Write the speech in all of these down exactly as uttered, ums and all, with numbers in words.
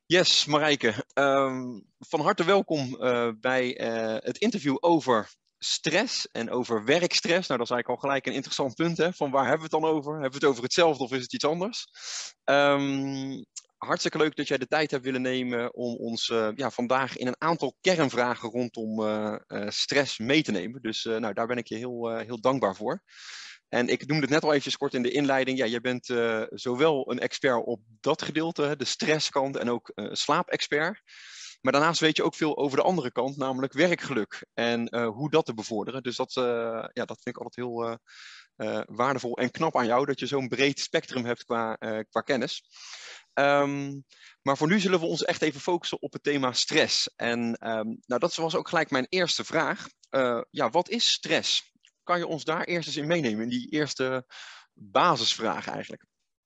Yes, Marijke. Um, van harte welkom uh, bij uh, het interview over stress en over werkstress. Nou, dat is eigenlijk al gelijk een interessant punt. Hè? Van waar hebben we het dan over? Hebben we het over hetzelfde of is het iets anders? Um, hartstikke leuk dat jij de tijd hebt willen nemen om ons uh, ja, vandaag in een aantal kernvragen rondom uh, uh, stress mee te nemen. Dus uh, nou, daar ben ik je heel, uh, heel dankbaar voor. En ik noemde het net al eventjes kort in de inleiding. Ja, je bent uh, zowel een expert op dat gedeelte, de stresskant, en ook uh, slaapexpert. Maar daarnaast weet je ook veel over de andere kant, namelijk werkgeluk. En uh, hoe dat te bevorderen. Dus dat, uh, ja, dat vind ik altijd heel uh, uh, waardevol en knap aan jou, dat je zo'n breed spectrum hebt qua, uh, qua kennis. Um, maar voor nu zullen we ons echt even focussen op het thema stress. En um, nou, dat was ook gelijk mijn eerste vraag. Uh, ja, wat is stress? Kan je ons daar eerst eens in meenemen, in die eerste basisvraag eigenlijk?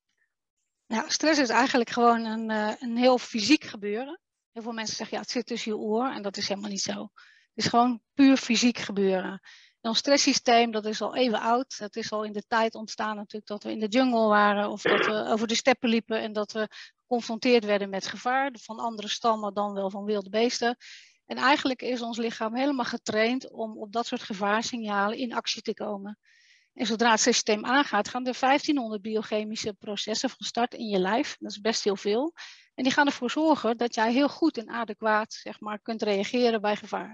Nou, stress is eigenlijk gewoon een, uh, een heel fysiek gebeuren. Heel veel mensen zeggen, ja, het zit tussen je oor en dat is helemaal niet zo. Het is gewoon puur fysiek gebeuren. En ons stresssysteem, dat is al even oud. Het is al in de tijd ontstaan natuurlijk dat we in de jungle waren of dat we over de steppen liepen en dat we geconfronteerd werden met gevaar van andere stammen dan wel van wilde beesten. En eigenlijk is ons lichaam helemaal getraind om op dat soort gevaarsignalen in actie te komen. En zodra het systeem aangaat, gaan er vijftienhonderd biochemische processen van start in je lijf. Dat is best heel veel. En die gaan ervoor zorgen dat jij heel goed en adequaat, zeg maar, kunt reageren bij gevaar.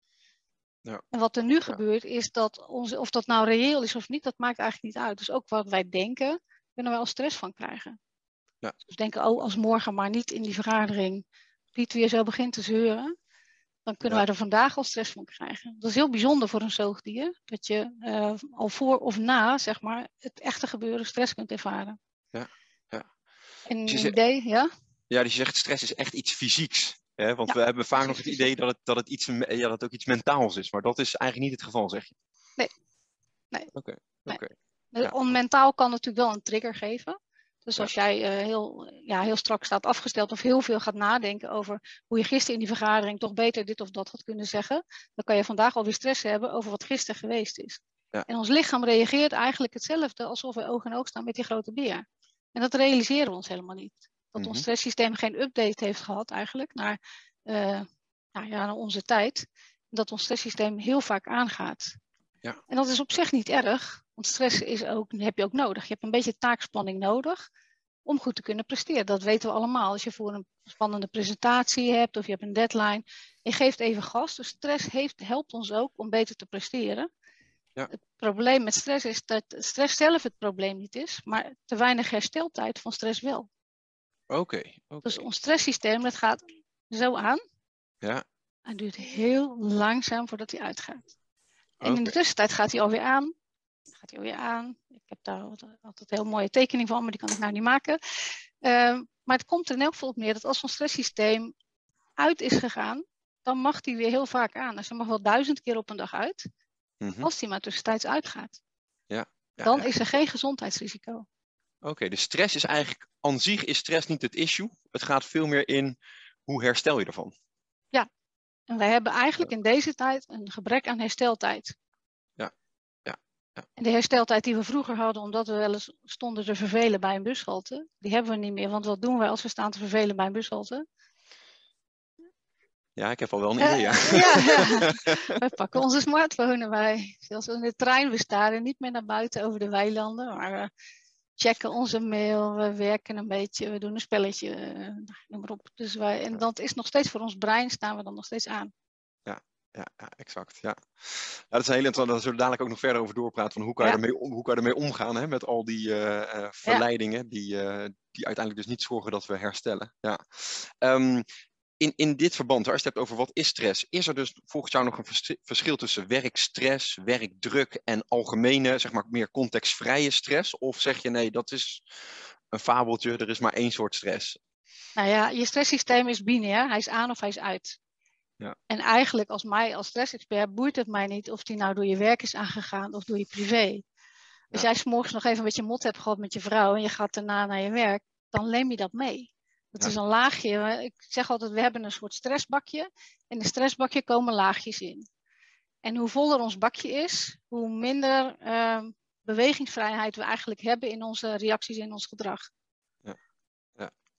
Ja. En wat er nu ja. gebeurt is dat, onze, of dat nou reëel is of niet, dat maakt eigenlijk niet uit. Dus ook wat wij denken, kunnen wij al stress van krijgen. Ja. Dus denken, oh, als morgen maar niet in die vergadering Piet weer zo begint te zeuren, dan kunnen ja. wij er vandaag al stress van krijgen. Dat is heel bijzonder voor een zoogdier. Dat je uh, al voor of na, zeg maar, het echte gebeuren stress kunt ervaren. Ja, ja. En een dus idee, ja? Ja, dus je zegt stress is echt iets fysieks. Hè? Want ja, we hebben vaak nog het idee dat het, dat, het iets, ja, dat het ook iets mentaals is. Maar dat is eigenlijk niet het geval, zeg je? Nee. nee. Oké. Okay. Nee. Okay. Ja. On mentaal kan natuurlijk wel een trigger geven. Dus als ja. jij uh, heel, ja, heel strak staat afgesteld of heel veel gaat nadenken over hoe je gisteren in die vergadering toch beter dit of dat had kunnen zeggen, dan kan je vandaag alweer stress hebben over wat gisteren geweest is. Ja. En ons lichaam reageert eigenlijk hetzelfde alsof we oog in oog staan met die grote beer. En dat realiseren we ons helemaal niet. Dat mm-hmm. ons stresssysteem geen update heeft gehad eigenlijk naar, uh, nou ja, naar onze tijd. Dat ons stresssysteem heel vaak aangaat. Ja. En dat is op zich niet erg. Want stress is ook, heb je ook nodig. Je hebt een beetje taakspanning nodig om goed te kunnen presteren. Dat weten we allemaal. Als je voor een spannende presentatie hebt of je hebt een deadline. Je geeft even gas. Dus stress heeft, helpt ons ook om beter te presteren. Ja. Het probleem met stress is dat stress zelf het probleem niet is. Maar te weinig hersteltijd van stress wel. Oké. Okay, okay. Dus ons stresssysteem dat gaat zo aan. Ja. Het duurt heel langzaam voordat hij uitgaat. En okay. in de tussentijd gaat hij alweer aan. Gaat hij alweer aan. Ik heb daar altijd een heel mooie tekening van, maar die kan ik nou niet maken. Uh, maar het komt er in elk geval op neer dat als ons stresssysteem uit is gegaan, dan mag die weer heel vaak aan. Dus dan mag wel duizend keer op een dag uit. Mm-hmm. Als die maar tussentijds uitgaat. Ja, ja, dan ja. is er geen gezondheidsrisico. Oké, okay, dus stress is eigenlijk, aan zich is stress niet het issue. Het gaat veel meer in, hoe herstel je ervan? Ja, en wij hebben eigenlijk in deze tijd een gebrek aan hersteltijd. Ja. En de hersteltijd die we vroeger hadden, omdat we wel eens stonden te vervelen bij een bushalte, die hebben we niet meer. Want wat doen wij als we staan te vervelen bij een bushalte? Ja, ik heb al wel een idee. Ja. Uh, ja, ja. We pakken onze smartphone erbij. Als we in de trein, we staren niet meer naar buiten over de weilanden, maar we checken onze mail, we werken een beetje, we doen een spelletje, uh, noem maar op. Dus wij, en dat is nog steeds voor ons brein, staan we dan nog steeds aan. Ja. Ja, ja, exact. Ja. Ja, dat is een heel interessant. Daar zullen we dadelijk ook nog verder over doorpraten. Van hoe kan je ja. ermee, hoe kan je ermee omgaan, hè, met al die uh, uh, verleidingen ja. die, uh, die uiteindelijk dus niet zorgen dat we herstellen. Ja. Um, in, in dit verband, als je het hebt over wat is stress, is er dus volgens jou nog een vers- verschil tussen werkstress, werkdruk en algemene, zeg maar meer contextvrije stress? Of zeg je nee, dat is een fabeltje, er is maar één soort stress? Nou ja, je stresssysteem is binair. Hij is aan of hij is uit. Ja. En eigenlijk als mij als stressexpert boeit het mij niet of die nou door je werk is aangegaan of door je privé. Als ja. jij 's morgens nog even een beetje mot hebt gehad met je vrouw en je gaat daarna naar je werk, dan neem je dat mee. Dat ja. is een laagje. Ik zeg altijd, we hebben een soort stressbakje. En in het stressbakje komen laagjes in. En hoe voller ons bakje is, hoe minder uh, bewegingsvrijheid we eigenlijk hebben in onze reacties en in ons gedrag. Ja. Ja.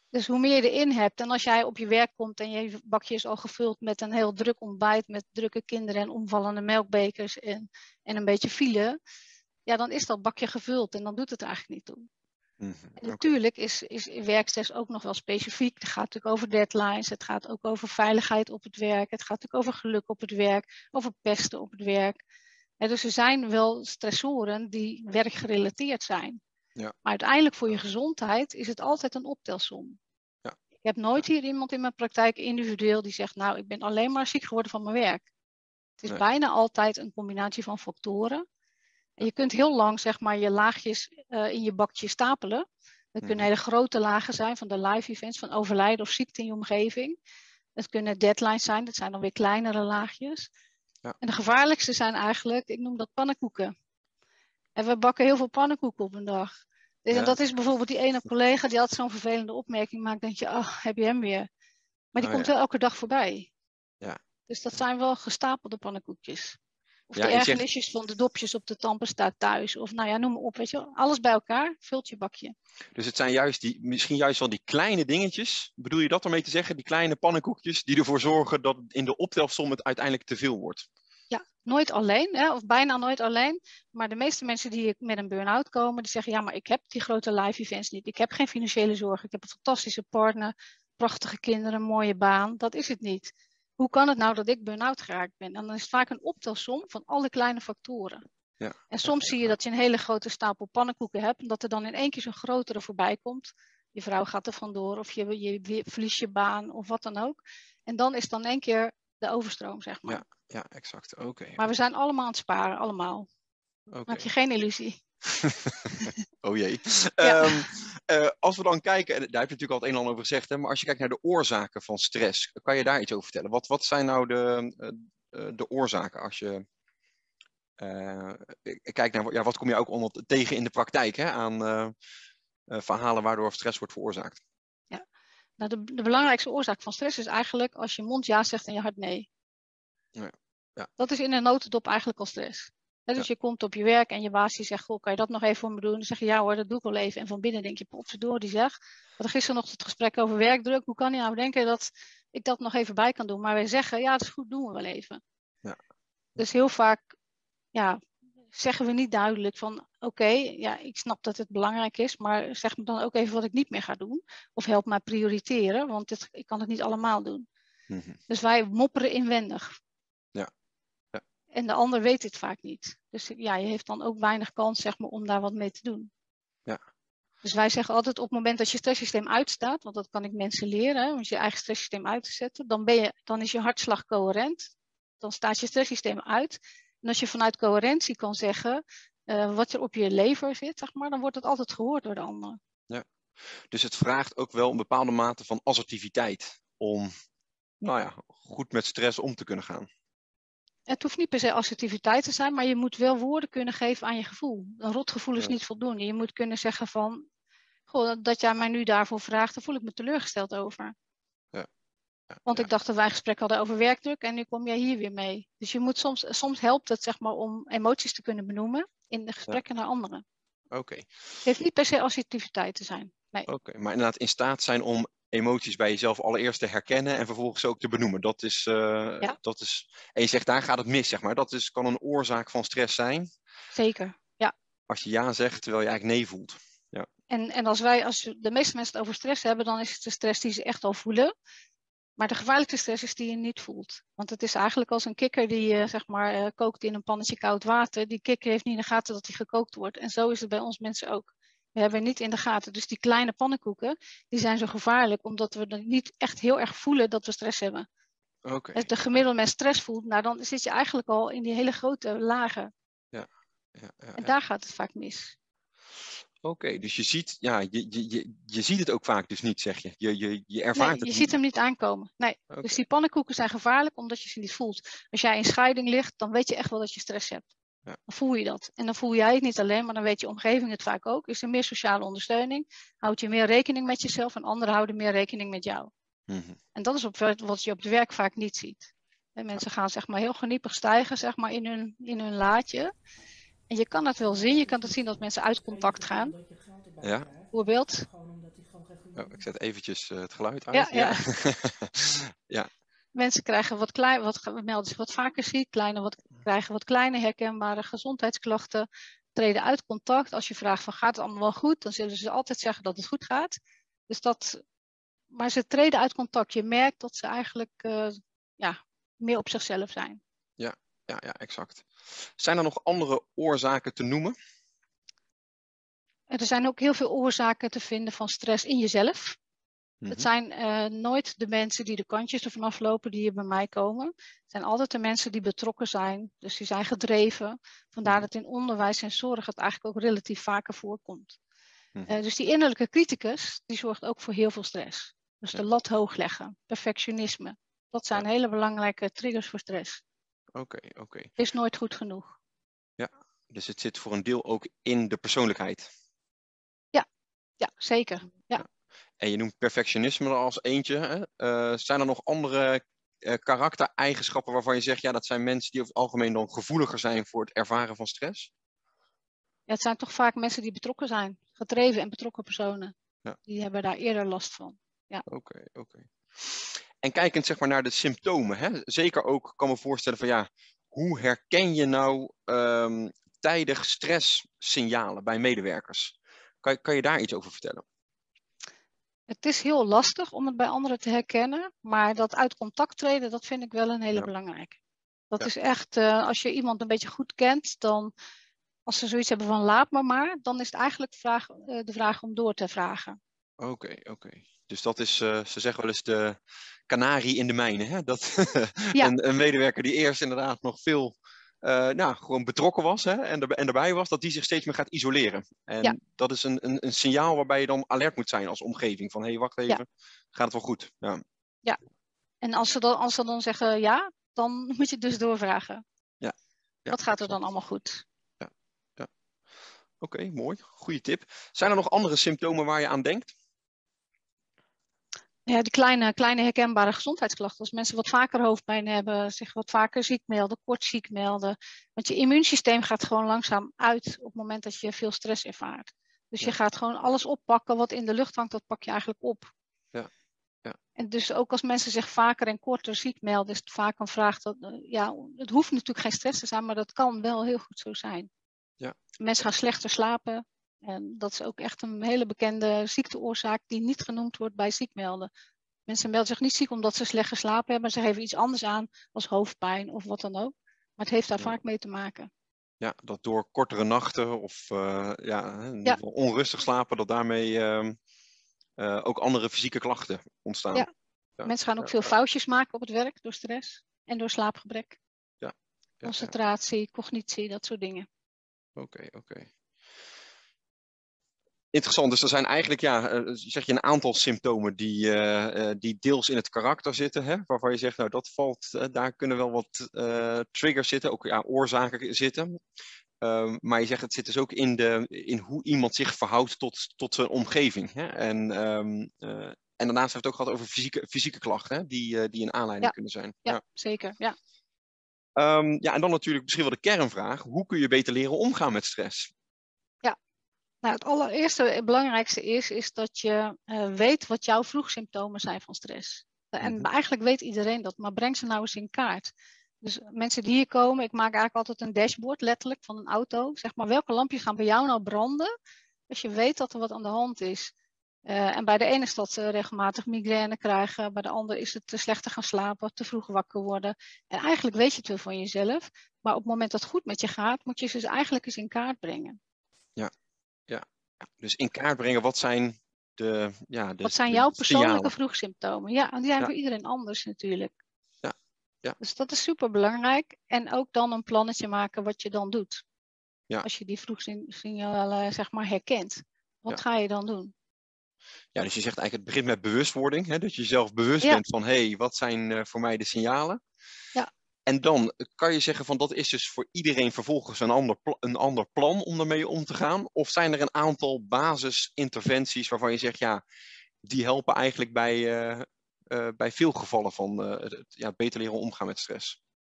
Dus hoe meer je erin hebt, en als jij op je werk komt en je bakje is al gevuld met een heel druk ontbijt, met drukke kinderen en omvallende melkbekers en, en een beetje file, ja, dan is dat bakje gevuld en dan doet het er eigenlijk niet toe. Mm-hmm. En Okay. natuurlijk is, is werkstress ook nog wel specifiek. Het gaat natuurlijk over deadlines, het gaat ook over veiligheid op het werk, het gaat natuurlijk over geluk op het werk, over pesten op het werk. En dus er zijn wel stressoren die werkgerelateerd zijn. Ja. Maar uiteindelijk voor je gezondheid is het altijd een optelsom. Ja. Ik heb nooit hier iemand in mijn praktijk individueel die zegt, nou, ik ben alleen maar ziek geworden van mijn werk. Het is Nee. bijna altijd een combinatie van factoren. En je kunt heel lang, zeg maar, je laagjes uh, in je bakje stapelen. Dat kunnen Mm-hmm. hele grote lagen zijn van de live events, van overlijden of ziekte in je omgeving. Dat kunnen deadlines zijn, dat zijn dan weer kleinere laagjes. Ja. En de gevaarlijkste zijn eigenlijk, ik noem dat pannenkoeken. En we bakken heel veel pannenkoeken op een dag. Dus Ja. en dat is bijvoorbeeld die ene collega die altijd zo'n vervelende opmerking maakt. Dan denk je, oh, heb je hem weer. Maar die Oh, komt ja. wel elke dag voorbij. Ja. Dus dat zijn wel gestapelde pannenkoekjes. Of Ja, de je zegt... ergernisjes van de dopjes op de tandpasta thuis. Of nou ja, noem maar op. Weet je wel. Alles bij elkaar vult je bakje. Dus het zijn juist die, misschien juist wel die kleine dingetjes. Bedoel je dat ermee te zeggen? Die kleine pannenkoekjes die ervoor zorgen dat in de optelsom het uiteindelijk te veel wordt. Ja, nooit alleen. Hè, of bijna nooit alleen. Maar de meeste mensen die met een burn-out komen, die zeggen, ja, maar ik heb die grote live events niet. Ik heb geen financiële zorg. Ik heb een fantastische partner. Prachtige kinderen, een mooie baan. Dat is het niet. Hoe kan het nou dat ik burn-out geraakt ben? En dan is het vaak een optelsom van alle kleine factoren. Ja. En soms Ja. zie je dat je een hele grote stapel pannenkoeken hebt. En dat er dan in één keer zo'n grotere voorbij komt. Je vrouw gaat er vandoor. Of je, je, je verliest je baan. Of wat dan ook. En dan is dan in één keer de overstroom, zeg maar. Ja, ja, exact. Oké. Okay. Maar we zijn allemaal aan het sparen. Allemaal. Okay. Maak je geen illusie. Oh jee. Ja. Um, uh, als we dan kijken, en daar heb je natuurlijk al het een en ander over gezegd, hè, maar als je kijkt naar de oorzaken van stress, kan je daar iets over vertellen? Wat, wat zijn nou de, uh, de oorzaken als je uh, kijkt naar, ja, wat kom je ook onder, tegen in de praktijk hè, aan uh, uh, verhalen waardoor stress wordt veroorzaakt? Ja. Nou, de, de belangrijkste oorzaak van stress is eigenlijk als je mond ja zegt en je hart nee. Ja. Ja. Dat is in een notendop eigenlijk al stress. He, dus ja. Je komt op je werk en je baas die zegt, goh, kan je dat nog even voor me doen? Dan zeg je, ja hoor, dat doe ik wel even. En van binnen denk je, potverdorie, die zeg. We hadden gisteren nog het gesprek over werkdruk. Hoe kan je nou denken dat ik dat nog even bij kan doen? Maar wij zeggen, ja, dat is goed, doen we wel even. Ja. Dus heel vaak, ja, zeggen we niet duidelijk van, oké, okay, ja, ik snap dat het belangrijk is, maar zeg me dan ook even wat ik niet meer ga doen. Of help mij prioriteren, want dit, ik kan het niet allemaal doen. Mm-hmm. Dus wij mopperen inwendig. Ja. Ja. En de ander weet dit vaak niet. Dus ja, je heeft dan ook weinig kans, zeg maar, om daar wat mee te doen. Ja. Dus wij zeggen altijd op het moment dat je stresssysteem uitstaat, want dat kan ik mensen leren, hè, om je eigen stresssysteem uit te zetten, dan, ben je, dan is je hartslag coherent. Dan staat je stresssysteem uit. En als je vanuit coherentie kan zeggen uh, wat er op je lever zit, zeg maar, dan wordt het altijd gehoord door de ander. Ja. Dus het vraagt ook wel een bepaalde mate van assertiviteit om, nou ja, goed met stress om te kunnen gaan. Het hoeft niet per se assertiviteit te zijn, maar je moet wel woorden kunnen geven aan je gevoel. Een rotgevoel is Ja. niet voldoende. Je moet kunnen zeggen van, goh, dat jij mij nu daarvoor vraagt, daar voel ik me teleurgesteld over. Ja. Ja. Want Ja. ik dacht dat wij een gesprek hadden over werkdruk en nu kom jij hier weer mee. Dus je moet soms, soms helpt het, zeg maar, om emoties te kunnen benoemen in de gesprekken ja. naar anderen. Oké. Okay. Het heeft niet per se assertiviteit te zijn. Nee. Oké, okay. Maar inderdaad in staat zijn om emoties bij jezelf allereerst te herkennen en vervolgens ook te benoemen. Dat is, uh, ja. dat is, en je zegt daar gaat het mis, zeg maar. Dat is, kan een oorzaak van stress zijn. Zeker, ja. Als je ja zegt terwijl je eigenlijk nee voelt. Ja. En, en als wij, als de meeste mensen het over stress hebben, dan is het de stress die ze echt al voelen. Maar de gevaarlijkste stress is die je niet voelt. Want het is eigenlijk als een kikker die uh, zeg maar, uh, kookt in een pannetje koud water. Die kikker heeft niet in de gaten dat hij gekookt wordt. En zo is het bij ons mensen ook. We hebben het niet in de gaten. Dus die kleine pannenkoeken, die zijn zo gevaarlijk. Omdat we dan niet echt heel erg voelen dat we stress hebben. Okay. Als de gemiddelde mens stress voelt, nou dan zit je eigenlijk al in die hele grote lagen. Ja. Ja, ja, ja. En daar gaat het vaak mis. Oké, okay, dus je ziet, ja, je, je, je, je ziet het ook vaak dus niet, zeg je. Je, je, je ervaart nee, het je ziet hem niet aankomen. Nee. Okay. Dus die pannenkoeken zijn gevaarlijk omdat je ze niet voelt. Als jij in scheiding ligt, dan weet je echt wel dat je stress hebt. Ja. Dan voel je dat. En dan voel jij het niet alleen, maar dan weet je omgeving het vaak ook. Is er meer sociale ondersteuning? Houd je meer rekening met jezelf en anderen houden meer rekening met jou. Mm-hmm. En dat is op, wat je op het werk vaak niet ziet. En mensen gaan zeg maar heel geniepig stijgen zeg maar, in, hun, in hun laadje. En je kan het wel zien. Je kan het zien dat mensen uit contact gaan. Ja. Bijvoorbeeld. Oh, ik zet eventjes uh, het geluid uit. Ja, ja. Ja. Ja. Mensen krijgen wat klein, wat melden zich wat vaker ziek, kleine, wat, krijgen wat kleine herkenbare gezondheidsklachten, treden uit contact. Als je vraagt van gaat het allemaal wel goed, dan zullen ze altijd zeggen dat het goed gaat. Dus dat, maar ze treden uit contact. Je merkt dat ze eigenlijk uh, ja, meer op zichzelf zijn. Ja, ja, ja, exact. Zijn er nog andere oorzaken te noemen? Er zijn ook heel veel oorzaken te vinden van stress in jezelf. Mm-hmm. Het zijn uh, nooit de mensen die de kantjes ervan aflopen die hier bij mij komen. Het zijn altijd de mensen die betrokken zijn. Dus die zijn gedreven. Vandaar mm-hmm. dat in onderwijs en zorg het eigenlijk ook relatief vaker voorkomt. Mm-hmm. Uh, dus die innerlijke criticus, die zorgt ook voor heel veel stress. Dus ja. de lat hoog leggen, perfectionisme. Dat zijn ja. hele belangrijke triggers voor stress. Oké, okay, oké. Okay. Is nooit goed genoeg. Ja, dus het zit voor een deel ook in de persoonlijkheid. Ja, ja zeker. Ja. Ja. En je noemt perfectionisme er als eentje. Hè? Uh, zijn er nog andere uh, karaktereigenschappen waarvan je zegt, ja, dat zijn mensen die over het algemeen dan gevoeliger zijn voor het ervaren van stress? Ja, het zijn toch vaak mensen die betrokken zijn. Gedreven en betrokken personen. Ja. Die hebben daar eerder last van. Ja. Oké, okay, oké. Okay. En kijkend zeg maar naar de symptomen, hè? Zeker ook kan me voorstellen van ja, hoe herken je nou um, tijdig stresssignalen bij medewerkers? Kan, kan je daar iets over vertellen? Het is heel lastig om het bij anderen te herkennen, maar dat uit contact treden, dat vind ik wel een hele ja. belangrijke. Dat ja. is echt, uh, als je iemand een beetje goed kent, dan als ze zoiets hebben van laat me maar, dan is het eigenlijk de vraag, uh, de vraag om door te vragen. Oké, okay, oké. Okay. Dus dat is, uh, ze zeggen wel eens de kanarie in de mijnen. Hè? Dat ja. een, een medewerker die eerst inderdaad nog veel uh, nou, gewoon betrokken was hè? En, er, en erbij was, dat die zich steeds meer gaat isoleren. En ja. dat is een, een, een signaal waarbij je dan alert moet zijn als omgeving. Van hé, hey, wacht even, ja. gaat het wel goed? Ja, ja. En als ze, dan, als ze dan zeggen ja, dan moet je dus doorvragen. Ja. Ja, wat gaat er dan allemaal goed? Ja, ja. Oké, okay, mooi. Goeie tip. Zijn er nog andere symptomen waar je aan denkt? Ja, die kleine, kleine herkenbare gezondheidsklachten. Als mensen wat vaker hoofdpijn hebben, zich wat vaker ziek melden, kort ziek melden. Want je immuunsysteem gaat gewoon langzaam uit op het moment dat je veel stress ervaart. Dus ja. je gaat gewoon alles oppakken wat in de lucht hangt, dat pak je eigenlijk op. Ja. Ja. En dus ook als mensen zich vaker en korter ziek melden, is het vaak een vraag dat, ja, het hoeft natuurlijk geen stress te zijn, maar dat kan wel heel goed zo zijn. Ja. Mensen gaan slechter slapen. En dat is ook echt een hele bekende ziekteoorzaak die niet genoemd wordt bij ziekmelden. Mensen melden zich niet ziek omdat ze slecht geslapen hebben. Ze geven iets anders aan als hoofdpijn of wat dan ook. Maar het heeft daar ja. vaak mee te maken. Ja, dat door kortere nachten of uh, ja, in ieder geval ja. onrustig slapen, dat daarmee uh, uh, ook andere fysieke klachten ontstaan. Ja. Ja. Mensen gaan ook ja. veel foutjes maken op het werk door stress en door slaapgebrek. Ja. Ja. Concentratie, ja. cognitie, dat soort dingen. Oké, okay, oké. Okay. Interessant, dus er zijn eigenlijk, ja, zeg je een aantal symptomen die, uh, die deels in het karakter zitten, hè? Waarvan je zegt, nou dat valt, uh, daar kunnen wel wat uh, triggers zitten, ook ja, oorzaken zitten. Uh, maar je zegt, het zit dus ook in, de, in hoe iemand zich verhoudt tot, tot zijn omgeving. Hè? En, um, uh, en daarnaast heeft het ook gehad over fysieke, fysieke klachten, hè? Die, uh, die een aanleiding ja. kunnen zijn. Ja, ja. zeker, ja. Um, ja, en dan natuurlijk misschien wel de kernvraag, hoe kun je beter leren omgaan met stress? Nou, het allereerste, het belangrijkste is, is dat je uh, weet wat jouw vroegsymptomen zijn van stress. En mm-hmm. eigenlijk weet iedereen dat, maar breng ze nou eens in kaart. Dus mensen die hier komen, ik maak eigenlijk altijd een dashboard, letterlijk, van een auto. Zeg maar, welke lampjes gaan bij jou nou branden, als je weet dat er wat aan de hand is. Uh, en bij de ene is dat uh, regelmatig migraine krijgen, bij de ander is het te slechter gaan slapen, te vroeg wakker worden. En eigenlijk weet je het wel van jezelf, maar op het moment dat het goed met je gaat, moet je ze dus eigenlijk eens in kaart brengen. Ja. Ja, dus in kaart brengen, wat zijn de ja, de, Wat zijn jouw persoonlijke signalen? vroegsymptomen? Ja, en die zijn ja. voor iedereen anders natuurlijk. Ja. Ja. Dus dat is super belangrijk. En ook dan een plannetje maken wat je dan doet. Ja. Als je die vroegsignalen zeg maar herkent. Wat ja. ga je dan doen? Ja, dus je zegt eigenlijk, het begint met bewustwording. Hè? Dat je zelf bewust ja. bent van, hé, hey, wat zijn uh, voor mij de signalen? Ja. En dan kan je zeggen van dat is dus voor iedereen vervolgens een ander, pl- een ander plan om daarmee om te gaan? Of zijn er een aantal basisinterventies waarvan je zegt ja, die helpen eigenlijk bij, uh, uh, bij veel gevallen van uh, het ja, beter leren omgaan met stress?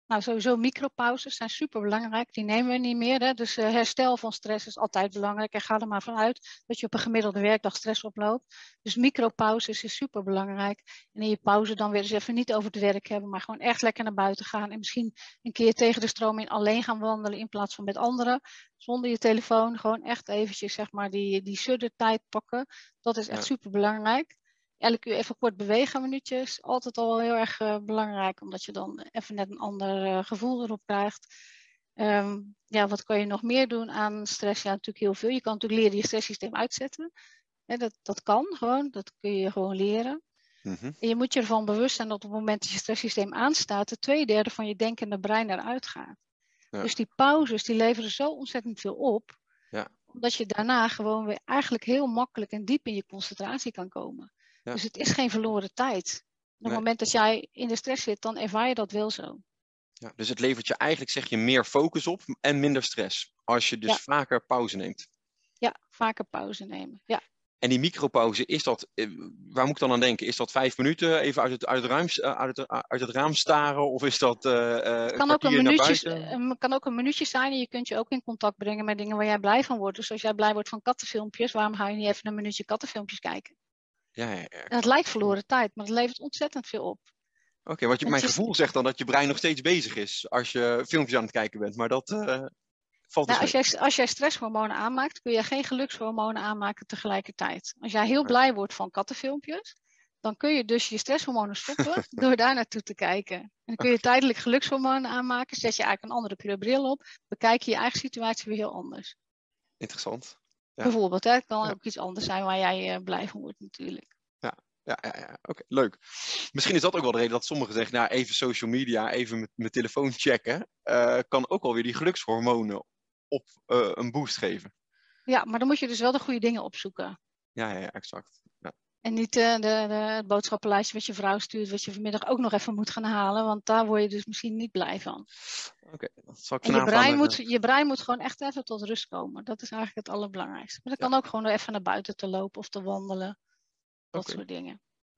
Nou, sowieso micropauzes zijn super belangrijk. Die nemen we niet meer. Hè? Dus uh, herstel van stress is altijd belangrijk. En ga er maar vanuit dat je op een gemiddelde werkdag stress oploopt. Dus micropauzes is super belangrijk. En in je pauze dan weer eens even niet over het werk hebben, maar gewoon echt lekker naar buiten gaan. En misschien een keer tegen de stroom in alleen gaan wandelen in plaats van met anderen. Zonder je telefoon. Gewoon echt eventjes zeg maar die, die suddertijd pakken. Dat is echt Ja. super belangrijk. Elke uur even kort bewegen, een minuutje, is altijd al heel erg uh, belangrijk, omdat je dan even net een ander uh, gevoel erop krijgt. Um, ja, wat kan je nog meer doen aan stress? Ja, natuurlijk heel veel. Je kan natuurlijk leren je stresssysteem uitzetten. Ja, dat, dat kan gewoon, dat kun je gewoon leren. Mm-hmm. En je moet je ervan bewust zijn dat op het moment dat je stresssysteem aanstaat, de twee derde van je denkende brein eruit gaat. Ja. Dus die pauzes, die leveren zo ontzettend veel op, ja. omdat je daarna gewoon weer eigenlijk heel makkelijk en diep in je concentratie kan komen. Ja. Dus het is geen verloren tijd. Op het nee. moment dat jij in de stress zit, dan ervaar je dat wel zo. Ja, dus het levert je eigenlijk, zeg je, meer focus op en minder stress. Als je dus ja. vaker pauze neemt. Ja, vaker pauze nemen. Ja. En die micropauze, is dat, waar moet ik dan aan denken? Is dat vijf minuten even uit het, uit het, ruim, uit het, uit het raam staren? Of is dat uh, het kan een kwartier naar buiten? Het kan ook een minuutje zijn en je kunt je ook in contact brengen met dingen waar jij blij van wordt. Dus als jij blij wordt van kattenfilmpjes, waarom ga je niet even een minuutje kattenfilmpjes kijken? Ja, ja, ja. En het lijkt verloren tijd, maar het levert ontzettend veel op. Oké, okay, want je, mijn je... gevoel zegt dan dat je brein nog steeds bezig is als je filmpjes aan het kijken bent. Maar dat uh, valt dus nou, als, jij, als jij stresshormonen aanmaakt, kun je geen gelukshormonen aanmaken tegelijkertijd. Als jij heel ja. blij wordt van kattenfilmpjes, dan kun je dus je stresshormonen stoppen door daar naartoe te kijken. En dan kun je okay. tijdelijk gelukshormonen aanmaken, zet je eigenlijk een andere kleur bril op, bekijk je je eigen situatie weer heel anders. Interessant. Ja. Bijvoorbeeld, hè? Het kan ja. ook iets anders zijn waar jij uh, blij van wordt natuurlijk. Ja, ja, ja, ja. Oké, okay, leuk. Misschien is dat ook wel de reden dat sommigen zeggen, nou even social media, even mijn telefoon checken, uh, kan ook alweer die gelukshormonen op uh, een boost geven. Ja, maar dan moet je dus wel de goede dingen opzoeken. Ja, ja, ja, exact. Ja. En niet uh, de, de, het boodschappenlijstje wat je vrouw stuurt, wat je vanmiddag ook nog even moet gaan halen, want daar word je dus misschien niet blij van. Oké, okay, dat zal ik en je brein, moet, je brein moet gewoon echt even tot rust komen. Dat is eigenlijk het allerbelangrijkste. Maar dat ja. kan ook gewoon even naar buiten te lopen of te wandelen. Dat okay. soort dingen. Ja.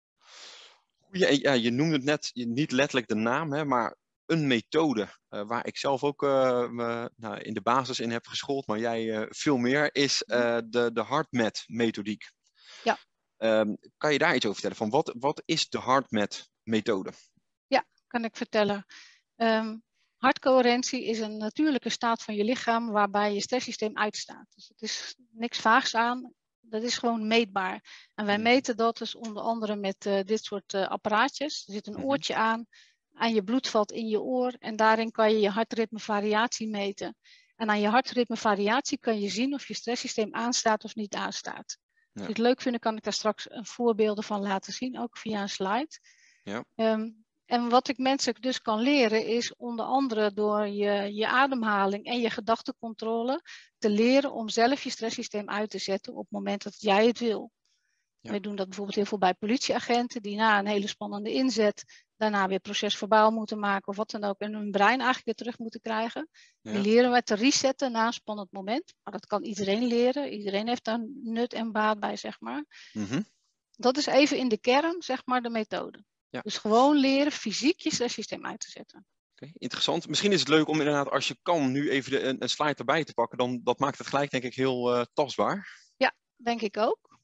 Goeie, ja, je noemde het net, niet letterlijk de naam, hè, maar een methode uh, waar ik zelf ook uh, me, nou, in de basis in heb geschoold, maar jij uh, veel meer, is uh, de, de HeartMath-methodiek. Ja. Um, kan je daar iets over vertellen? Van wat, wat is de HeartMath-methode? Ja, kan ik vertellen. Um, hartcoherentie is een natuurlijke staat van je lichaam waarbij je stresssysteem uitstaat. Dus het is niks vaags aan. Dat is gewoon meetbaar. En wij meten dat dus onder andere met uh, dit soort uh, apparaatjes. Er zit een mm-hmm. oortje aan, aan je bloedvat in je oor. En daarin kan je je hartritmevariatie meten. En aan je hartritmevariatie kan je zien of je stresssysteem aanstaat of niet aanstaat. Ja. Als je het leuk vindt, kan ik daar straks voorbeelden van laten zien, ook via een slide. Ja. Um, en wat ik mensen dus kan leren is onder andere door je, je ademhaling en je gedachtencontrole te leren om zelf je stresssysteem uit te zetten op het moment dat jij het wil. Ja. We doen dat bijvoorbeeld heel veel bij politieagenten die na een hele spannende inzet daarna weer procesverbaal moeten maken of wat dan ook en hun brein eigenlijk weer terug moeten krijgen. Ja. Die leren we te resetten na een spannend moment. Maar dat kan iedereen leren. Iedereen heeft daar nut en baat bij, zeg maar. Mm-hmm. Dat is even in de kern, zeg maar, de methode. Ja. Dus gewoon leren fysiek je stresssysteem uit te zetten. Okay, interessant. Misschien is het leuk om inderdaad, als je kan, nu even de, een, een slide erbij te pakken. Dan, dat maakt het gelijk, denk ik, heel uh, tastbaar. Ja, denk ik ook.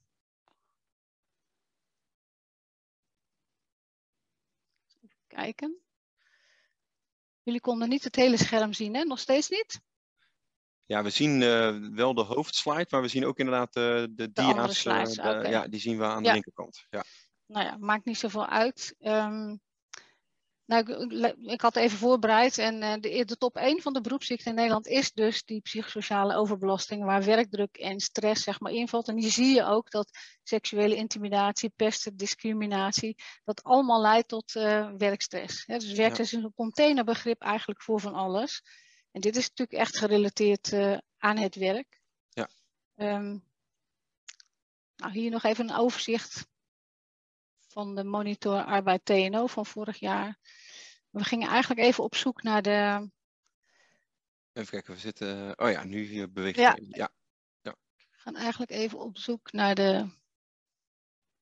Even kijken. Jullie konden niet het hele scherm zien, hè? Nog steeds niet? Ja, we zien uh, wel de hoofdslide, maar we zien ook inderdaad uh, de, de dia's. Slides, uh, de, okay. Ja, die zien we aan ja. de linkerkant. Ja. Nou ja, maakt niet zoveel uit. Um, nou, ik, ik had even voorbereid en uh, de, de top één van de beroepsziekten in Nederland is dus die psychosociale overbelasting, waar werkdruk en stress zeg maar invalt. En hier zie je ook dat seksuele intimidatie, pesten, discriminatie, dat allemaal leidt tot uh, werkstress. Hè? Dus werkstress ja. is een containerbegrip eigenlijk voor van alles. En dit is natuurlijk echt gerelateerd uh, aan het werk. Ja. Um, nou, hier nog even een overzicht van de monitor arbeid T N O van vorig jaar. We gingen eigenlijk even op zoek naar de... Even kijken, we zitten... Oh ja, nu beweegt ja. het. Ja. Ja. We gaan eigenlijk even op zoek naar de...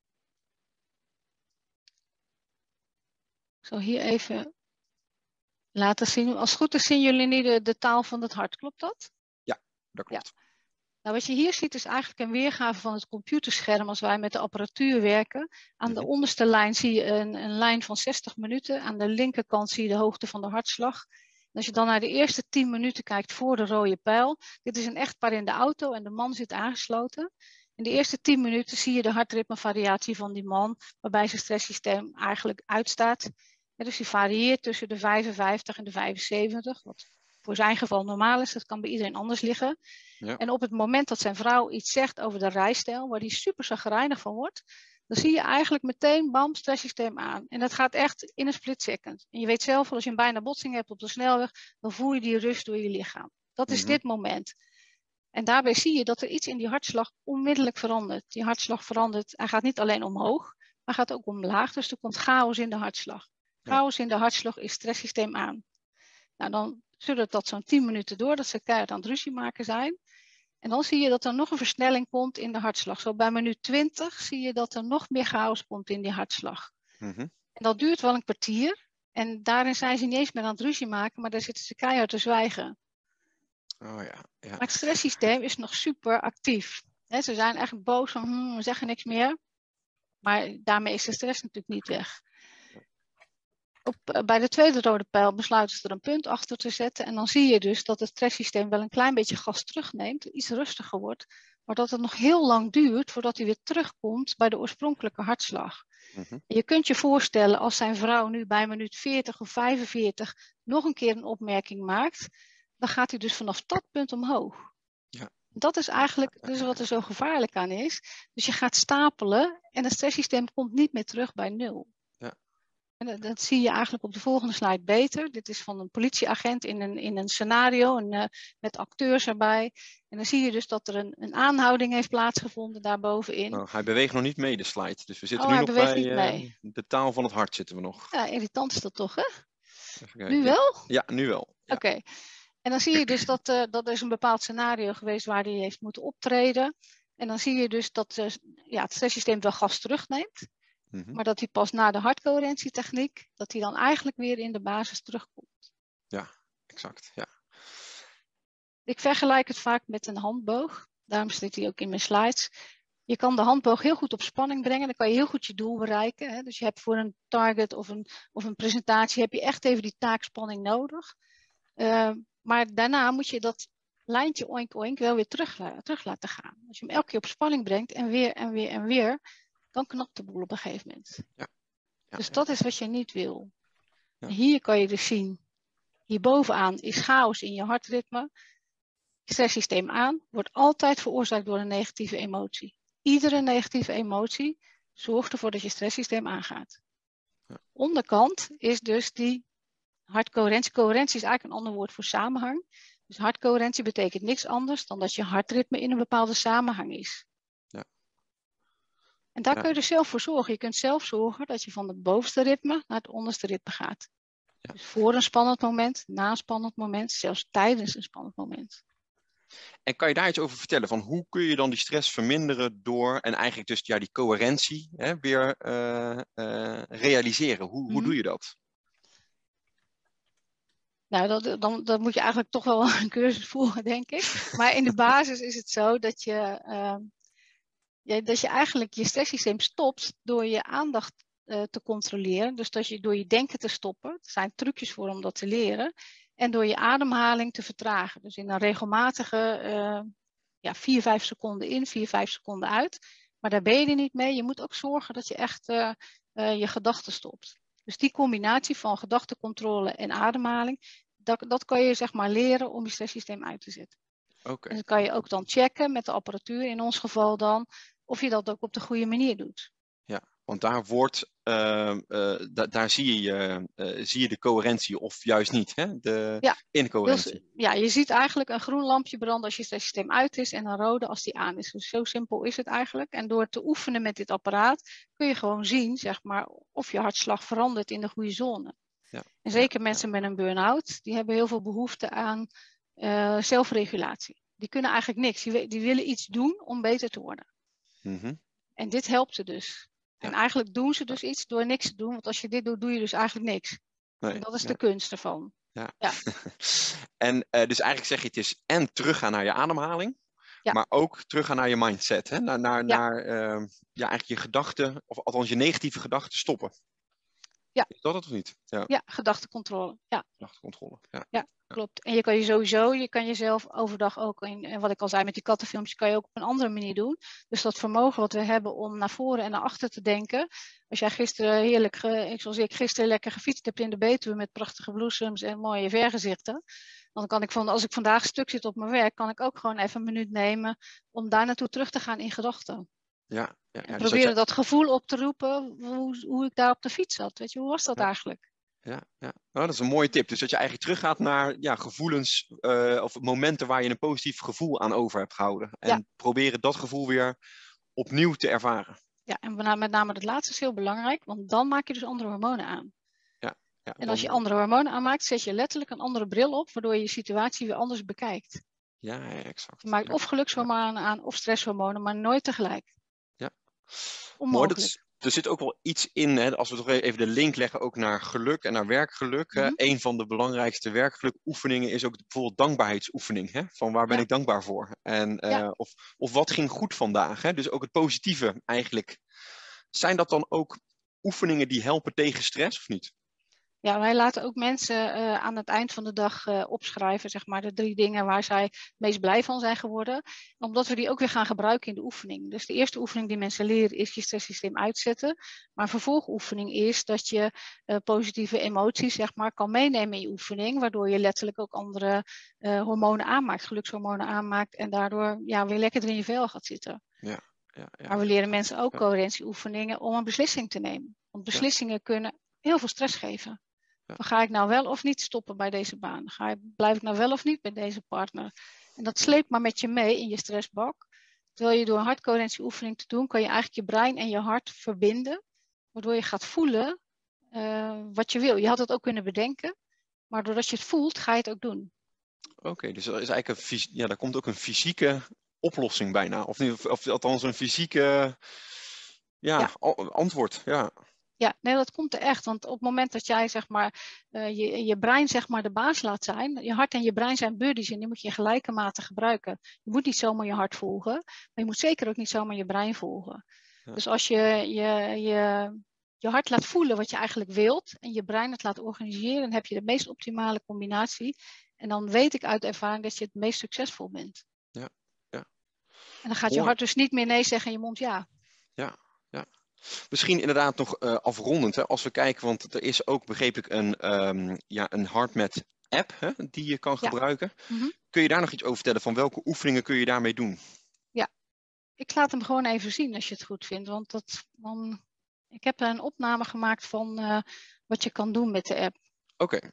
Ik zal hier even laten zien. Als het goed is zien jullie nu de, de taal van het hart. Klopt dat? Ja, dat klopt. Ja. Nou, wat je hier ziet is eigenlijk een weergave van het computerscherm als wij met de apparatuur werken. Aan de Mm-hmm. onderste lijn zie je een, een lijn van zestig minuten. Aan de linkerkant zie je de hoogte van de hartslag. En als je dan naar de eerste tien minuten kijkt voor de rode pijl. Dit is een echtpaar in de auto en de man zit aangesloten. In de eerste tien minuten zie je de hartritmevariatie van die man. Waarbij zijn stresssysteem eigenlijk uitstaat. En dus die varieert tussen de vijfenvijftig en de vijfenzeventig. Wat voor zijn geval normaal is. Dat kan bij iedereen anders liggen. Ja. En op het moment dat zijn vrouw iets zegt over de rijstijl, waar hij super chagrijnig van wordt, dan zie je eigenlijk meteen, bam, stresssysteem aan. En dat gaat echt in een split second. En je weet zelf, als je een bijna botsing hebt op de snelweg, dan voel je die rust door je lichaam. Dat is Mm-hmm. dit moment. En daarbij zie je dat er iets in die hartslag onmiddellijk verandert. Die hartslag verandert, hij gaat niet alleen omhoog, maar gaat ook omlaag. Dus er komt chaos in de hartslag. Chaos ja. in de hartslag is stresssysteem aan. Nou, dan zullen dat zo'n tien minuten door, dat ze keihard aan het ruzie maken zijn. En dan zie je dat er nog een versnelling komt in de hartslag. Zo bij minuut twintig zie je dat er nog meer chaos komt in die hartslag. Mm-hmm. En dat duurt wel een kwartier. En daarin zijn ze niet eens meer aan het ruzie maken, maar daar zitten ze keihard te zwijgen. Oh, ja. Ja. Maar het stresssysteem is nog super actief. He, ze zijn eigenlijk boos van, hm, we zeggen niks meer. Maar daarmee is de stress natuurlijk niet weg. Op, bij de tweede rode pijl besluiten ze er een punt achter te zetten. En dan zie je dus dat het stresssysteem wel een klein beetje gas terugneemt. Iets rustiger wordt. Maar dat het nog heel lang duurt voordat hij weer terugkomt bij de oorspronkelijke hartslag. Mm-hmm. Je kunt je voorstellen als zijn vrouw nu bij minuut veertig of vijfenveertig nog een keer een opmerking maakt. Dan gaat hij dus vanaf dat punt omhoog. Ja. Dat is eigenlijk dus wat er zo gevaarlijk aan is. Dus je gaat stapelen en het stresssysteem komt niet meer terug bij nul. En dat, dat zie je eigenlijk op de volgende slide beter. Dit is van een politieagent in een, in een scenario een, uh, met acteurs erbij. En dan zie je dus dat er een, een aanhouding heeft plaatsgevonden daarbovenin. Oh, hij beweegt nog niet mee, de slide. Dus we zitten oh, nu nog bij uh, de taal van het hart zitten we nog. Ja, irritant is dat toch, hè? Nu ja. wel? Ja, nu wel. Ja. Oké. Okay. En dan zie je dus dat, uh, dat er is een bepaald scenario geweest waar hij heeft moeten optreden. En dan zie je dus dat uh, ja, het stresssysteem wel gas terugneemt. Mm-hmm. Maar dat hij pas na de hartcoherentietechniek, dat hij dan eigenlijk weer in de basis terugkomt. Ja, exact. Ja. Ik vergelijk het vaak met een handboog. Daarom zit hij ook in mijn slides. Je kan de handboog heel goed op spanning brengen. Dan kan je heel goed je doel bereiken. Hè? Dus je hebt voor een target of een, of een presentatie heb je echt even die taakspanning nodig. Uh, maar daarna moet je dat lijntje oink oink wel weer terug, terug laten gaan. Als je hem elke keer op spanning brengt en weer en weer en weer, dan knapt de boel op een gegeven moment. Ja. Ja, dus dat ja. is wat je niet wil. Ja. Hier kan je dus zien, hierbovenaan is chaos in je hartritme. Je stresssysteem aan wordt altijd veroorzaakt door een negatieve emotie. Iedere negatieve emotie zorgt ervoor dat je stresssysteem aangaat. Ja. Onderkant is dus die hartcoherentie. Coherentie is eigenlijk een ander woord voor samenhang. Dus hartcoherentie betekent niks anders dan dat je hartritme in een bepaalde samenhang is. Ja. En daar ja. kun je dus zelf voor zorgen. Je kunt zelf zorgen dat je van het bovenste ritme naar het onderste ritme gaat. Ja. Dus voor een spannend moment, na een spannend moment, zelfs tijdens een spannend moment. En kan je daar iets over vertellen? Van hoe kun je dan die stress verminderen door, en eigenlijk dus ja, die coherentie hè, weer uh, uh, realiseren? Hoe, mm-hmm. hoe doe je dat? Nou, dat, dan, dan moet je eigenlijk toch wel een cursus volgen, denk ik. Maar in de basis is het zo dat je, uh, ja, dat je eigenlijk je stresssysteem stopt door je aandacht uh, te controleren. Dus dat je door je denken te stoppen. Er zijn trucjes voor om dat te leren. En door je ademhaling te vertragen. Dus in een regelmatige uh, ja, vier, vijf seconden in, vier, vijf seconden uit. Maar daar ben je er niet mee. Je moet ook zorgen dat je echt uh, uh, je gedachten stopt. Dus die combinatie van gedachtencontrole en ademhaling, dat, dat kan je zeg maar leren om je stresssysteem uit te zetten. Okay. En dat kan je ook dan checken met de apparatuur, in ons geval dan, of je dat ook op de goede manier doet. Ja, want daar wordt, uh, uh, da daar zie je, uh, zie je de coherentie of juist niet, hè? De ja, incoherentie. Dus, ja, je ziet eigenlijk een groen lampje branden als je stresssysteem uit is en een rode als die aan is. Dus zo simpel is het eigenlijk. En door te oefenen met dit apparaat kun je gewoon zien, zeg maar, of je hartslag verandert in de goede zone. Ja. En zeker ja, mensen ja. met een burn-out, die hebben heel veel behoefte aan uh, zelfregulatie. Die kunnen eigenlijk niks. Die, die willen iets doen om beter te worden. Mm-hmm. En dit helpt ze dus. Ja. En eigenlijk doen ze dus iets door niks te doen. Want als je dit doet, doe je dus eigenlijk niks. Nee, en dat is ja. de kunst ervan. Ja. Ja. En uh, dus eigenlijk zeg je het is en teruggaan naar je ademhaling, Ja. maar ook teruggaan naar je mindset. Hè? Naar, naar, Ja. naar uh, ja, eigenlijk je gedachten, of althans je negatieve gedachten stoppen. Ja. Is dat het of niet? Ja, ja gedachtencontrole. Ja. Gedachtencontrole, ja. Ja, klopt. En je kan je sowieso, je kan jezelf overdag ook, in, en wat ik al zei met die kattenfilmpjes, kan je ook op een andere manier doen. Dus dat vermogen wat we hebben om naar voren en naar achter te denken. Als jij gisteren heerlijk, ge, zoals ik gisteren lekker gefietst heb in de Betuwe met prachtige bloesems en mooie vergezichten. Dan kan ik van, als ik vandaag stuk zit op mijn werk, kan ik ook gewoon even een minuut nemen om daar naartoe terug te gaan in gedachten. Ja, ja, ja, en dus proberen dat, je... dat gevoel op te roepen, hoe, hoe ik daar op de fiets zat. Weet je, hoe was dat ja. eigenlijk? Ja, ja. Nou, dat is een mooie tip. Dus dat je eigenlijk teruggaat naar ja, gevoelens uh, of momenten waar je een positief gevoel aan over hebt gehouden. En ja. proberen dat gevoel weer opnieuw te ervaren. Ja, en met name het laatste is heel belangrijk, want dan maak je dus andere hormonen aan. Ja, ja, en dan... als je andere hormonen aanmaakt, zet je letterlijk een andere bril op, waardoor je je situatie weer anders bekijkt. Ja, ja, exact. Je maakt ja. of gelukshormonen aan of stresshormonen, maar nooit tegelijk. Ja. Onmogelijk. Mooi, dat is, er zit ook wel iets in, hè, als we toch even de link leggen ook naar geluk en naar werkgeluk. Mm-hmm. Hè. Een van de belangrijkste werkgelukoefeningen is ook bijvoorbeeld dankbaarheidsoefening. Hè, van waar ben ja. ik dankbaar voor? En, uh, ja. of, of wat ging goed vandaag? Hè? Dus ook het positieve eigenlijk. Zijn dat dan ook oefeningen die helpen tegen stress of niet? Ja, wij laten ook mensen uh, aan het eind van de dag uh, opschrijven, zeg maar, de drie dingen waar zij het meest blij van zijn geworden. Omdat we die ook weer gaan gebruiken in de oefening. Dus de eerste oefening die mensen leren is je stresssysteem uitzetten. Maar een vervolgoefening is dat je uh, positieve emoties, zeg maar, kan meenemen in je oefening. Waardoor je letterlijk ook andere uh, hormonen aanmaakt, gelukshormonen aanmaakt. En daardoor ja, weer lekkerder in je vel gaat zitten. Ja, ja, ja. Maar we leren mensen ook coherentieoefeningen om een beslissing te nemen. Want beslissingen ja. kunnen heel veel stress geven. Ja. Dan ga ik nou wel of niet stoppen bij deze baan? Ga ik, blijf ik nou wel of niet bij deze partner? En dat sleept maar met je mee in je stressbak. Terwijl je door een hartcoherentieoefening te doen, kan je eigenlijk je brein en je hart verbinden. Waardoor je gaat voelen uh, wat je wil. Je had het ook kunnen bedenken. Maar doordat je het voelt, ga je het ook doen. Oké, okay, dus er is eigenlijk een fys- ja, daar komt ook een fysieke oplossing bijna. Of, niet, of, of althans een fysieke ja, ja. antwoord. Ja. Ja, nee, dat komt er echt. Want op het moment dat jij zeg maar, uh, je, je brein zeg maar, de baas laat zijn, je hart en je brein zijn buddies en die moet je in gelijke mate gebruiken. Je moet niet zomaar je hart volgen, maar je moet zeker ook niet zomaar je brein volgen. Ja. Dus als je, je, je je hart laat voelen wat je eigenlijk wilt en je brein het laat organiseren, dan heb je de meest optimale combinatie. En dan weet ik uit ervaring dat je het meest succesvol bent. Ja, ja. En dan gaat je hart dus niet meer nee zeggen en je mond ja. Ja, ja. Misschien inderdaad nog uh, afrondend, hè, als we kijken, want er is ook, begreep ik, een, um, ja, een HeartMath app hè, die je kan ja. gebruiken. Mm-hmm. Kun je daar nog iets over vertellen? Van welke oefeningen kun je daarmee doen? Ja, ik laat hem gewoon even zien als je het goed vindt. Want dat, dan, ik heb een opname gemaakt van uh, wat je kan doen met de app. Oké. Okay.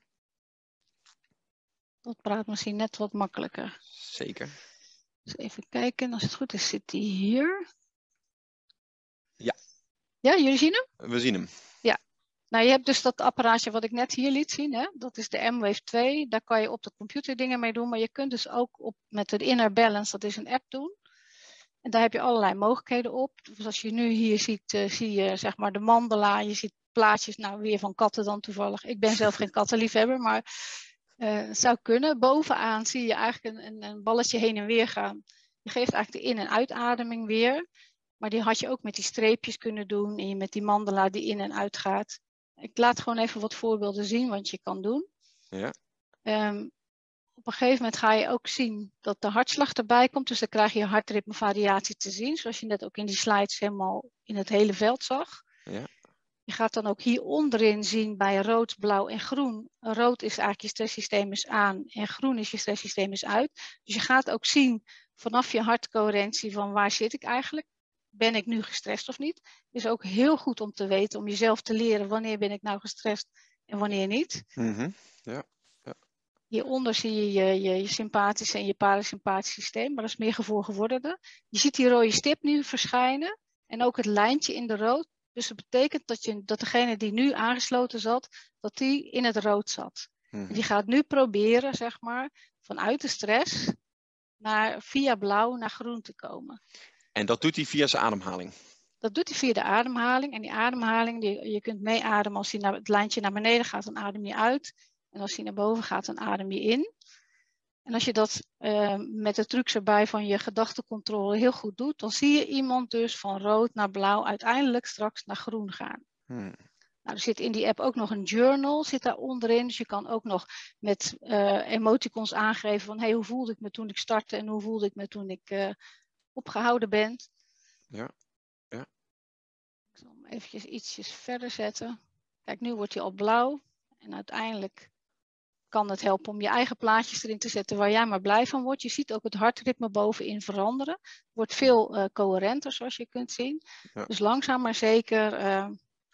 Dat praat misschien net wat makkelijker. Zeker. Dus even kijken, als het goed is zit hij hier. Ja. Ja, jullie zien hem? We zien hem. Ja. Nou, je hebt dus dat apparaatje wat ik net hier liet zien. Hè? Dat is de M-Wave twee. Daar kan je op de computer dingen mee doen. Maar je kunt dus ook op, met de Inner Balance, dat is een app, doen. En daar heb je allerlei mogelijkheden op. Dus als je nu hier ziet, uh, zie je zeg maar de mandala. Je ziet plaatjes, nou weer van katten dan toevallig. Ik ben zelf geen kattenliefhebber, maar uh, het zou kunnen. Bovenaan zie je eigenlijk een, een, een balletje heen en weer gaan. Je geeft eigenlijk de in- en uitademing weer. Maar die had je ook met die streepjes kunnen doen. En je met die mandala die in en uit gaat. Ik laat gewoon even wat voorbeelden zien wat je kan doen. Ja. Um, op een gegeven moment ga je ook zien dat de hartslag erbij komt. Dus dan krijg je hartritmevariatie te zien. Zoals je net ook in die slides helemaal in het hele veld zag. Ja. Je gaat dan ook hier onderin zien bij rood, blauw en groen. Rood is eigenlijk je stresssysteem is aan en groen is je stresssysteem is uit. Dus je gaat ook zien vanaf je hartcoherentie van waar zit ik eigenlijk. Ben ik nu gestrest of niet? Het is ook heel goed om te weten, om jezelf te leren wanneer ben ik nou gestrest en wanneer niet. Mm-hmm. Ja. Ja. Hieronder zie je je, je je sympathische en je parasympathische systeem, maar dat is meer gevolgevorderde. Je ziet die rode stip nu verschijnen en ook het lijntje in de rood. Dus dat betekent dat, je, dat degene die nu aangesloten zat, dat die in het rood zat. Mm-hmm. Die gaat nu proberen, zeg maar, vanuit de stress naar, via blauw naar groen te komen. En dat doet hij via zijn ademhaling? Dat doet hij via de ademhaling. En die ademhaling, die, je kunt meeademen als hij naar, het lijntje naar beneden gaat, dan adem je uit. En als hij naar boven gaat, dan adem je in. En als je dat uh, met de trucs erbij van je gedachtecontrole heel goed doet, dan zie je iemand dus van rood naar blauw uiteindelijk straks naar groen gaan. Hmm. Nou, er zit in die app ook nog een journal zit daar onderin. Dus je kan ook nog met uh, emoticons aangeven van hey, hoe voelde ik me toen ik startte en hoe voelde ik me toen ik uh, opgehouden ben. Ja. Ja. Ik zal hem eventjes ietsjes verder zetten. Kijk, nu wordt hij al blauw. En uiteindelijk kan het helpen om je eigen plaatjes erin te zetten waar jij maar blij van wordt. Je ziet ook het hartritme bovenin veranderen. Het wordt veel uh, coherenter zoals je kunt zien. Ja. Dus langzaam maar zeker uh,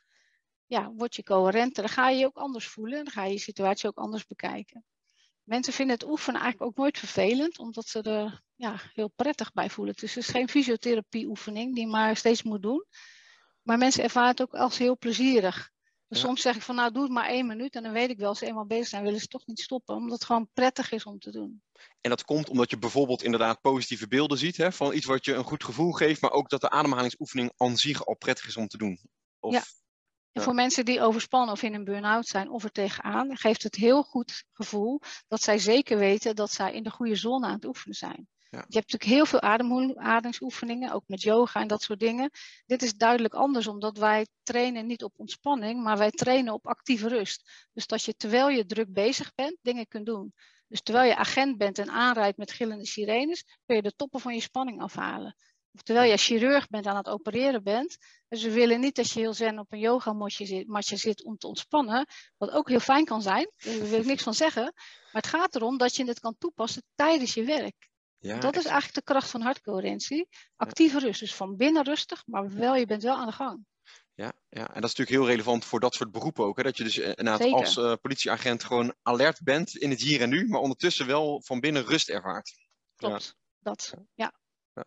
ja, word je coherenter. Dan ga je je ook anders voelen. Dan ga je je situatie ook anders bekijken. Mensen vinden het oefenen eigenlijk ook nooit vervelend, omdat ze er ja, heel prettig bij voelen. Dus het is geen fysiotherapie oefening die je maar steeds moet doen. Maar mensen ervaren het ook als heel plezierig. Dus ja. Soms zeg ik van nou doe het maar één minuut en dan weet ik wel als ze eenmaal bezig zijn willen ze toch niet stoppen. Omdat het gewoon prettig is om te doen. En dat komt omdat je bijvoorbeeld inderdaad positieve beelden ziet hè, van iets wat je een goed gevoel geeft. Maar ook dat de ademhalingsoefening aan zich al prettig is om te doen. Of, ja. En ja. Voor mensen die overspannen of in een burn-out zijn of er tegenaan, geeft het heel goed gevoel dat zij zeker weten dat zij in de goede zone aan het oefenen zijn. Ja. Je hebt natuurlijk heel veel ademhalingsoefeningen, ook met yoga en dat soort dingen. Dit is duidelijk anders, omdat wij trainen niet op ontspanning, maar wij trainen op actieve rust. Dus dat je terwijl je druk bezig bent, dingen kunt doen. Dus terwijl je agent bent en aanrijdt met gillende sirenes, kun je de toppen van je spanning afhalen. Of terwijl je chirurg bent aan het opereren bent. Dus we willen niet dat je heel zen op een yogamatje zit, matje zit om te ontspannen. Wat ook heel fijn kan zijn, daar wil ik niks van zeggen. Maar het gaat erom dat je het kan toepassen tijdens je werk. Ja, dat is eigenlijk de kracht van hartcoherentie. Actieve rust, dus van binnen rustig, maar wel, je bent wel aan de gang. Ja, ja, en dat is natuurlijk heel relevant voor dat soort beroepen ook. Hè? Dat je dus inderdaad als uh, politieagent gewoon alert bent in het hier en nu, maar ondertussen wel van binnen rust ervaart. Klopt, ja. dat, ja. ja.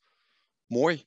Mooi.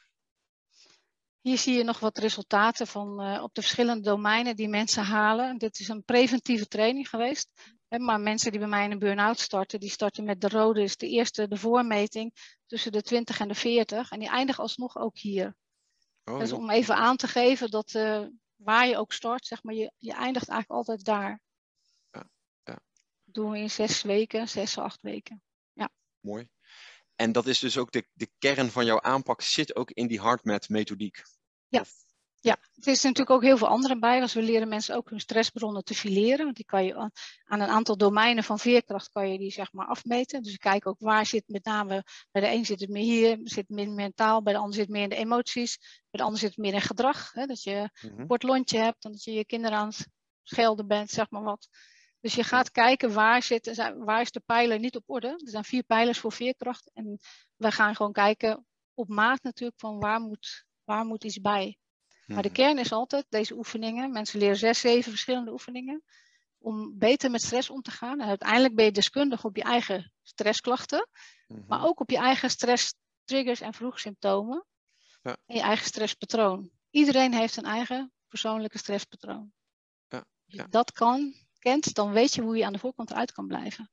Hier zie je nog wat resultaten van uh, op de verschillende domeinen die mensen halen. Dit is een preventieve training geweest. Hè, maar mensen die bij mij in een burn-out starten, die starten met de rode, is de eerste, de voormeting tussen de twintig en de veertig. En die eindigen alsnog ook hier. Oh, dus om even aan te geven dat uh, waar je ook start, zeg maar, je, je eindigt eigenlijk altijd daar. Ja, ja. Dat doen we in zes weken, zes, acht weken. Ja. Mooi. En dat is dus ook de, de kern van jouw aanpak, zit ook in die HeartMath methodiek. Ja. Of, ja, er is natuurlijk ook heel veel andere bij. Want we leren mensen ook hun stressbronnen te fileren. Want die kan je aan, aan een aantal domeinen van veerkracht kan je die zeg maar afmeten. Dus we kijken ook waar zit met name, bij de een zit het meer hier, zit meer mentaal, bij de ander zit het meer in de emoties, bij de ander zit het meer in gedrag. Hè? Dat je een mm-hmm. kort lontje hebt, dan dat je je kinderen aan het schelden bent, zeg maar wat. Dus je gaat kijken waar, zit, waar is de pijler niet op orde. Er zijn vier pijlers voor veerkracht. En we gaan gewoon kijken op maat natuurlijk van waar moet, waar moet iets bij. Maar de kern is altijd deze oefeningen. Mensen leren zes, zeven verschillende oefeningen. Om beter met stress om te gaan. En uiteindelijk ben je deskundig op je eigen stressklachten. Mm-hmm. Maar ook op je eigen stresstriggers en vroegsymptomen. Ja. En je eigen stresspatroon. Iedereen heeft een eigen persoonlijke stresspatroon. Ja. Ja. Als je dat kan, kent, dan weet je hoe je aan de voorkant eruit kan blijven.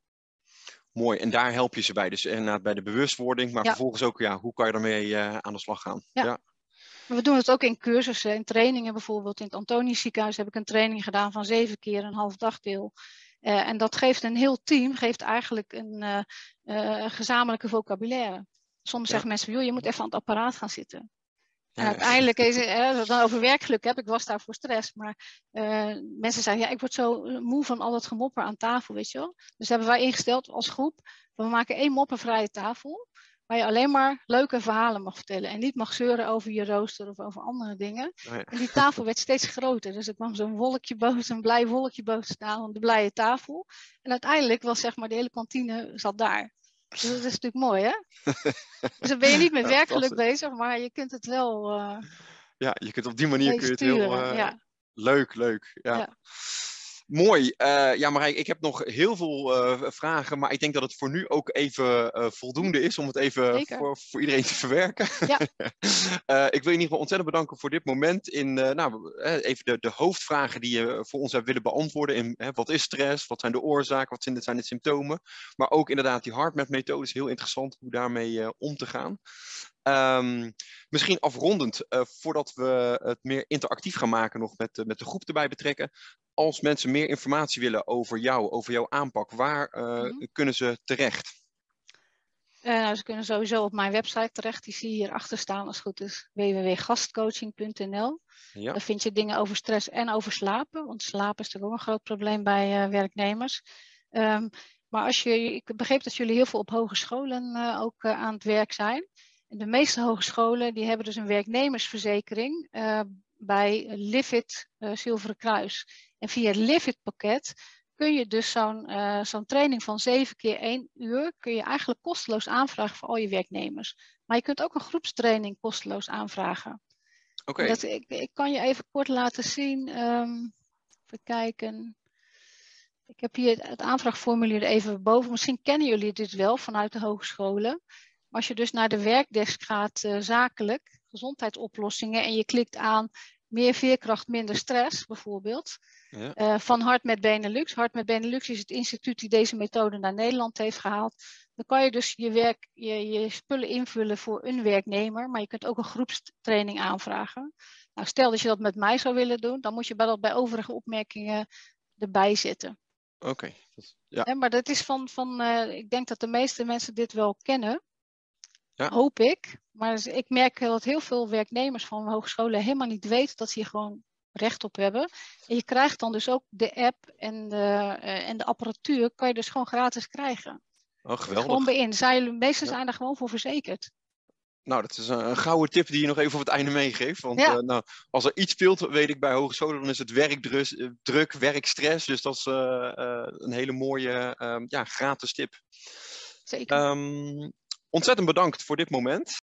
Mooi, en daar help je ze bij. Dus inderdaad bij de bewustwording. Maar ja. vervolgens ook, ja, hoe kan je ermee uh, aan de slag gaan? Ja. ja. We doen het ook in cursussen, in trainingen bijvoorbeeld. In het Antonius ziekenhuis heb ik een training gedaan van zeven keer een half dagdeel. Uh, en dat geeft een heel team, geeft eigenlijk een uh, uh, gezamenlijke vocabulaire. Soms ja. zeggen mensen, joh, je moet even aan het apparaat gaan zitten. En ja. uiteindelijk, is het, als we dan over werkgeluk heb, ik was daar voor stress. Maar uh, mensen zeggen, ja, ik word zo moe van al dat gemopper aan tafel, weet je wel. Dus hebben wij ingesteld als groep, we maken één moppenvrije tafel. Waar je alleen maar leuke verhalen mag vertellen. En niet mag zeuren over je rooster of over andere dingen. Oh ja. En die tafel werd steeds groter. Dus er kwam zo'n wolkje boven, een blij wolkje boven staan op de blije tafel. En uiteindelijk was zeg maar de hele kantine zat daar. Dus dat is natuurlijk mooi, hè? Dus dan ben je niet met werkgeluk bezig, maar je kunt het wel uh, ja, je kunt op die manier kun je het sturen, heel... Uh, ja. Leuk, leuk. Ja. ja. Mooi. Uh, ja, Marijke, ik heb nog heel veel uh, vragen, maar ik denk dat het voor nu ook even uh, voldoende is om het even voor, voor iedereen te verwerken. Ja. uh, ik wil je in ieder geval ontzettend bedanken voor dit moment. In, uh, nou, even de, de hoofdvragen die je voor ons hebt willen beantwoorden. In, hè, wat is stress? Wat zijn de oorzaken? Wat zijn de, zijn de symptomen? Maar ook inderdaad die HeartMath-methode is heel interessant hoe daarmee uh, om te gaan. Um, misschien afrondend, uh, voordat we het meer interactief gaan maken nog met, uh, met de groep erbij betrekken. als mensen meer informatie willen over jou, over jouw aanpak, waar uh, Mm-hmm. kunnen ze terecht? Uh, nou, ze kunnen sowieso op mijn website terecht. Die zie je hierachter staan als het goed is. w w w punt gastcoaching punt n l. Ja. Daar vind je dingen over stress en over slapen. Want slapen is natuurlijk ook een groot probleem bij uh, werknemers. Um, maar als je, ik begreep dat jullie heel veel op hogescholen uh, ook uh, aan het werk zijn. En de meeste hogescholen die hebben dus een werknemersverzekering uh, bij Livit uh, Zilveren Kruis. En via het Livit pakket kun je dus zo'n uh, zo'n training van zeven keer één uur kun je eigenlijk kosteloos aanvragen voor al je werknemers. Maar je kunt ook een groepstraining kosteloos aanvragen. Oké. Okay. Ik, ik kan je even kort laten zien. Um, even kijken. Ik heb hier het, het aanvraagformulier even boven. Misschien kennen jullie dit wel vanuit de hogescholen. Maar als je dus naar de werkdesk gaat, uh, zakelijk, gezondheidsoplossingen, en je klikt aan meer veerkracht, minder stress bijvoorbeeld. Ja. Uh, van Hart met Benelux. Hart met Benelux is het instituut die deze methode naar Nederland heeft gehaald. Dan kan je dus je, werk, je, je spullen invullen voor een werknemer. Maar je kunt ook een groepstraining aanvragen. Nou, stel dat je dat met mij zou willen doen. Dan moet je bij, dat bij overige opmerkingen erbij zetten. Oké. Okay. Ja. Ja, maar dat is van, van uh, ik denk dat de meeste mensen dit wel kennen. Ja. Hoop ik. Maar ik merk dat heel veel werknemers van hogescholen helemaal niet weten dat ze hier gewoon recht op hebben. En je krijgt dan dus ook de app en de, uh, en de apparatuur kan je dus gewoon gratis krijgen. Oh, geweldig. Gewoon bij in. Zijn, de meesten ja. zijn er gewoon voor verzekerd. Nou, dat is een, een gouden tip die je nog even op het einde meegeeft. Want ja. uh, nou, als er iets speelt, weet ik bij hogescholen, dan is het werkdruk, druk, werkstress. Dus dat is uh, uh, een hele mooie uh, ja, gratis tip. Zeker. Um, ontzettend bedankt voor dit moment.